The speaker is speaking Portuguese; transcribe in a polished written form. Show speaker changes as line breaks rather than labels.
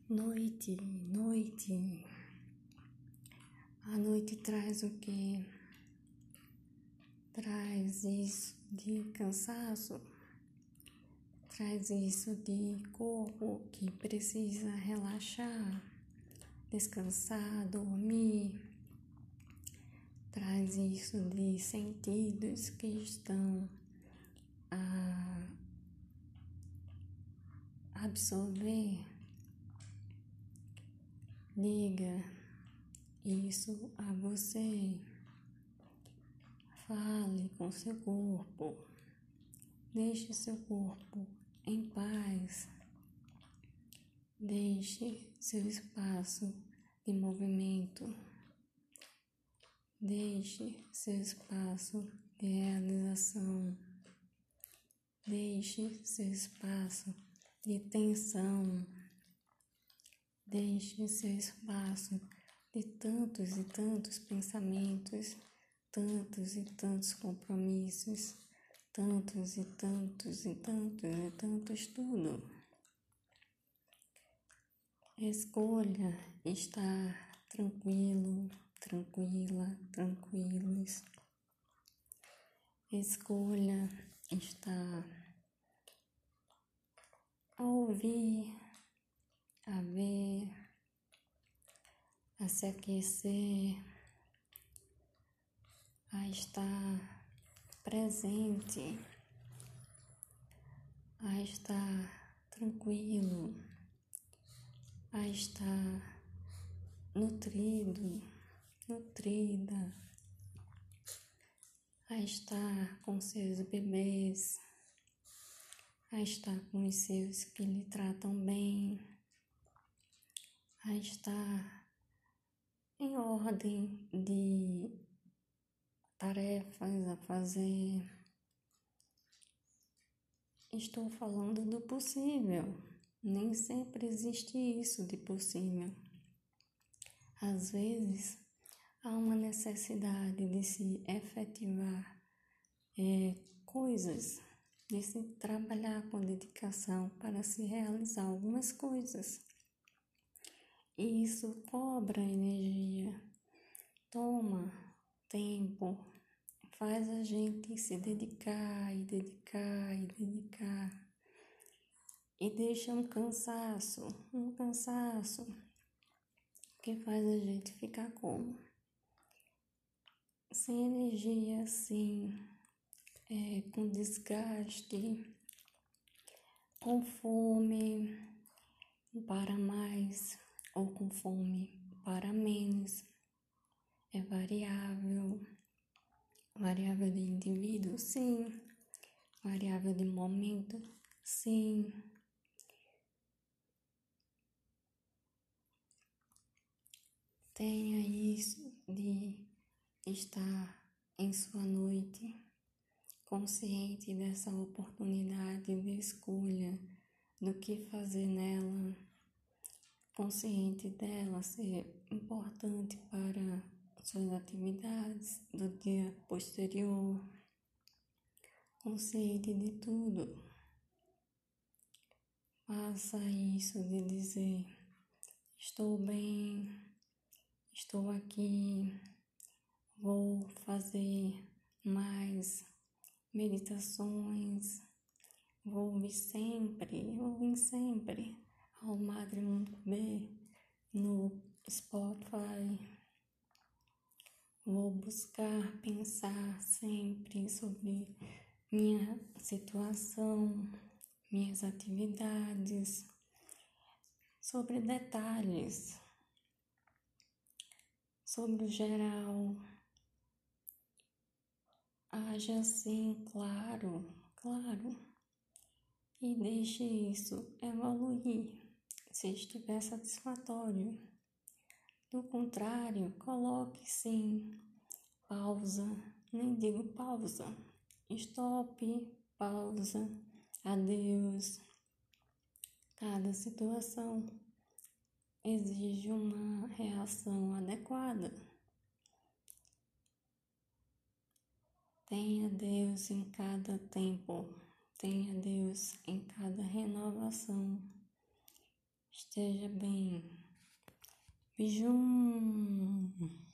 Noite, noite. A noite traz o quê? Traz isso de cansaço, traz isso de corpo que precisa relaxar, descansar, dormir. Traz isso de sentidos que estão a absorver. Diga isso a você. Fale com seu corpo. Deixe seu corpo em paz. Deixe seu espaço de movimento. Deixe seu espaço de realização. Deixe seu espaço de tensão. Deixe seu espaço de tantos e tantos pensamentos, tantos e tantos compromissos, tantos e tantos e tantos e tantos tudo. Escolha estar tranquilo, tranquila, tranquilos. Escolha estar a ouvir, a ver, a se aquecer, a estar presente, a estar tranquilo, a estar nutrido, nutrida, a estar com seus bebês, a estar com os seus que lhe tratam bem, a estar em ordem de tarefas a fazer. Estou falando do possível. Nem sempre existe isso de possível. Às vezes, há uma necessidade de se efetivar coisas, de se trabalhar com dedicação para se realizar algumas coisas. E isso cobra energia, toma tempo, faz a gente se dedicar e dedicar e dedicar. E deixa um cansaço que faz a gente ficar como? Sem energia, assim, com desgaste, com fome para mais ou com fome para menos. É variável de indivíduo, sim, variável de momento, sim. Tenha isso de estar em sua noite consciente dessa oportunidade de escolha do que fazer nela, consciente dela ser importante para suas atividades do dia posterior, consciente de tudo. Faça isso de dizer: estou bem, estou aqui, vou fazer mais meditações, vou vir sempre ao Madre Mundo B no Spotify. Vou buscar pensar sempre sobre minha situação, minhas atividades, sobre detalhes, sobre o geral. Haja assim, claro, e deixe isso evoluir, se estiver satisfatório. Do contrário, coloque sim, pausa, nem digo pausa, stop, pausa, adeus. Cada situação exige uma reação adequada. Tenha Deus em cada tempo, tenha Deus em cada renovação. esteja bem. Beijão.